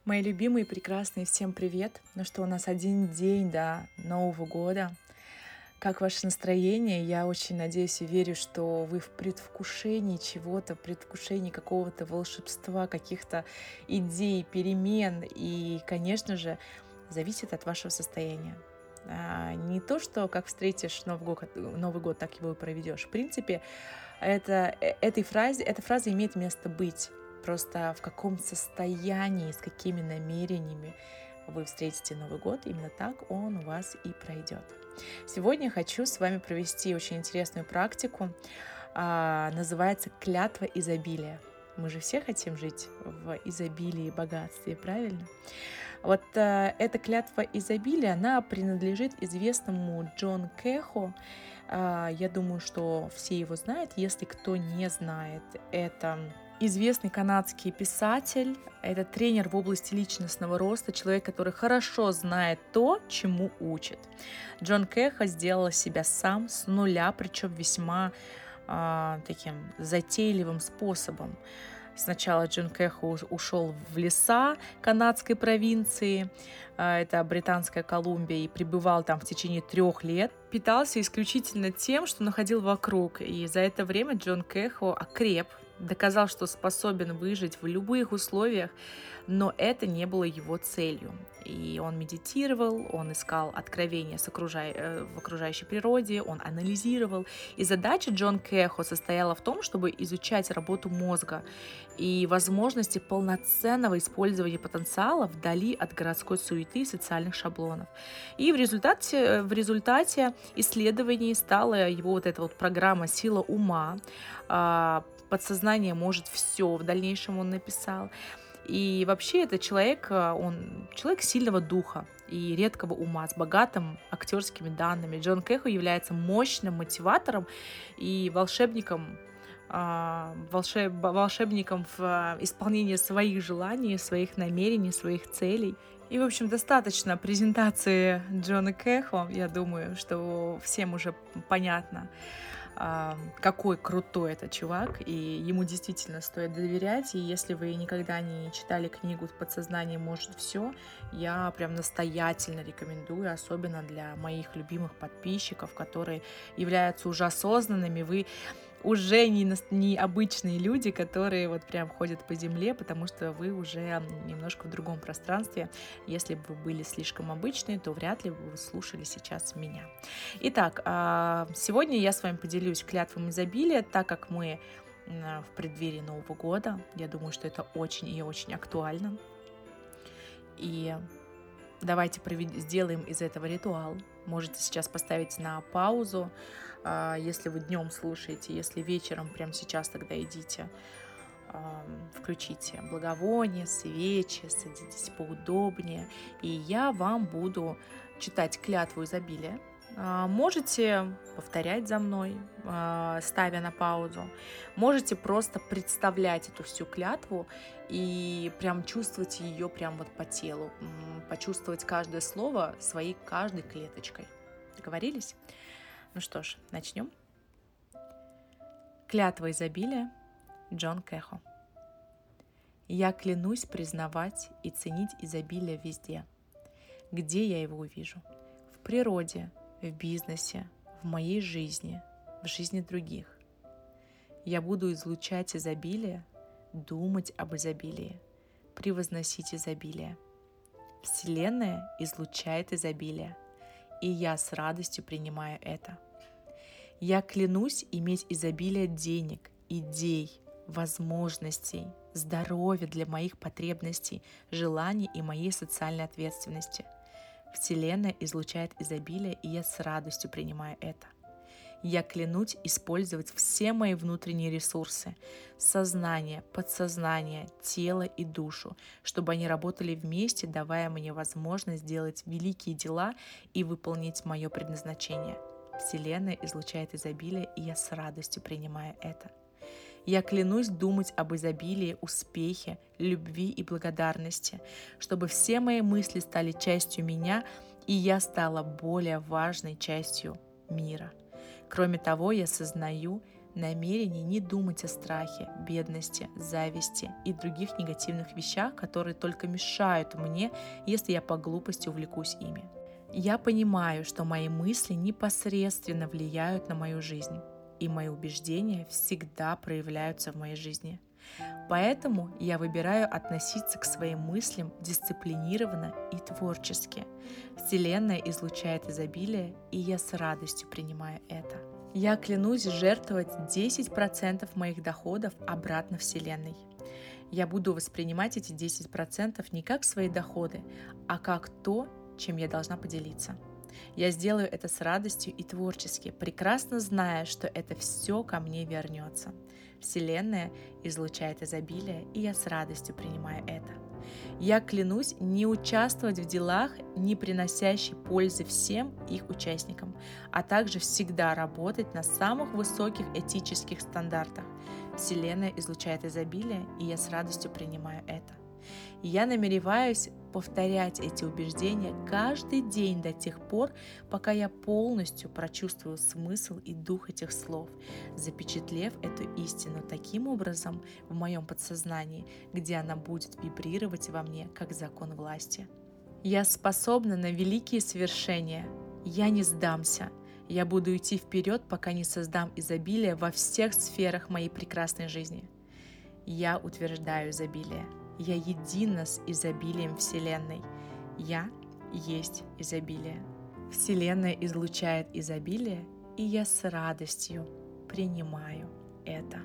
Мои любимые, прекрасные, всем привет! Ну что, у нас один день до Нового года. Как ваше настроение? Я очень надеюсь и верю, что вы в предвкушении чего-то, предвкушении какого-то волшебства, каких-то идей, перемен. И, конечно же, зависит от вашего состояния. Не то, что как встретишь Новый год, так его и проведешь. В принципе, эта фраза имеет место быть. Просто в каком состоянии, с какими намерениями вы встретите Новый год, именно так он у вас и пройдет. Сегодня хочу с вами провести очень интересную практику. Называется «Клятва изобилия». Мы же все хотим жить в изобилии и богатстве, правильно? Вот эта клятва изобилия, она принадлежит известному Джон Кэху. Я думаю, что все его знают. Если кто не знает, это известный канадский писатель, это тренер в области личностного роста, человек, который хорошо знает то, чему учит. Джон Кэха сделал себя сам с нуля, причем весьма таким затейливым способом. Сначала Джон Кэху ушел в леса канадской провинции, это Британская Колумбия, и пребывал там в течение 3 лет. Питался исключительно тем, что находил вокруг, и за это время Джон Кэху окреп, доказал, что способен выжить в любых условиях, но это не было его целью. И он медитировал, он искал откровения в окружающей природе, он анализировал. И задача Джон Кэху состояла в том, чтобы изучать работу мозга и возможности полноценного использования потенциала вдали от городской суеты и социальных шаблонов. И в результате исследований стала его вот эта вот программа «Сила ума». Подсознание может все, в дальнейшем он написал. И вообще это он человек сильного духа и редкого ума, с богатым актерскими данными. Джон Кэху является мощным мотиватором и волшебником в исполнении своих желаний, своих намерений, своих целей. И, в общем, достаточно презентации Джона Кэху. Я думаю, что всем уже понятно, какой крутой этот чувак, и ему действительно стоит доверять. И если вы никогда не читали книгу «Подсознание может все», я прям настоятельно рекомендую, особенно для моих любимых подписчиков, которые являются уже осознанными. Вы уже не обычные люди, которые вот прям ходят по земле, потому что вы уже немножко в другом пространстве. Если бы вы были слишком обычные, то вряд ли бы вы слушали сейчас меня. Итак, сегодня я с вами поделюсь клятвами изобилия, так как мы в преддверии Нового года. Я думаю, что это очень и очень актуально. И давайте сделаем из этого ритуал. Можете сейчас поставить на паузу, если вы днем слушаете, если вечером, прямо сейчас тогда идите, включите благовоние, свечи, садитесь поудобнее, и я вам буду читать клятву изобилия. Можете повторять за мной, ставя на паузу. Можете просто представлять эту всю клятву и прям чувствовать ее прям вот по телу, почувствовать каждое слово своей каждой клеточкой. Договорились? Ну что ж, начнем. Клятва изобилия. Джон Кэху. Я клянусь признавать и ценить изобилие везде. Где я его увижу? В природе, в бизнесе, в моей жизни, в жизни других. Я буду излучать изобилие, думать об изобилии, превозносить изобилие. Вселенная излучает изобилие, и я с радостью принимаю это. Я клянусь иметь изобилие денег, идей, возможностей, здоровья для моих потребностей, желаний и моей социальной ответственности. Вселенная излучает изобилие, и я с радостью принимаю это. Я клянусь использовать все мои внутренние ресурсы, сознание, подсознание, тело и душу, чтобы они работали вместе, давая мне возможность сделать великие дела и выполнить мое предназначение. Вселенная излучает изобилие, и я с радостью принимаю это. Я клянусь думать об изобилии, успехе, любви и благодарности, чтобы все мои мысли стали частью меня, и я стала более важной частью мира. Кроме того, я сознаю, намерение не думать о страхе, бедности, зависти и других негативных вещах, которые только мешают мне, если я по глупости увлекусь ими. Я понимаю, что мои мысли непосредственно влияют на мою жизнь, и мои убеждения всегда проявляются в моей жизни. Поэтому я выбираю относиться к своим мыслям дисциплинированно и творчески. Вселенная излучает изобилие, и я с радостью принимаю это. Я клянусь жертвовать 10% моих доходов обратно Вселенной. Я буду воспринимать эти 10% не как свои доходы, а как то, чем я должна поделиться. Я сделаю это с радостью и творчески, прекрасно зная, что это все ко мне вернется. Вселенная излучает изобилие, и я с радостью принимаю это. Я клянусь не участвовать в делах, не приносящих пользы всем их участникам, а также всегда работать на самых высоких этических стандартах. Вселенная излучает изобилие, и я с радостью принимаю это. Я намереваюсь повторять эти убеждения каждый день до тех пор, пока я полностью прочувствую смысл и дух этих слов, запечатлев эту истину таким образом в моем подсознании, где она будет вибрировать во мне как закон власти. Я способна на великие свершения. Я не сдамся. Я буду идти вперед, пока не создам изобилие во всех сферах моей прекрасной жизни. Я утверждаю изобилие. Я едина с изобилием Вселенной. Я есть изобилие. Вселенная излучает изобилие, и я с радостью принимаю это.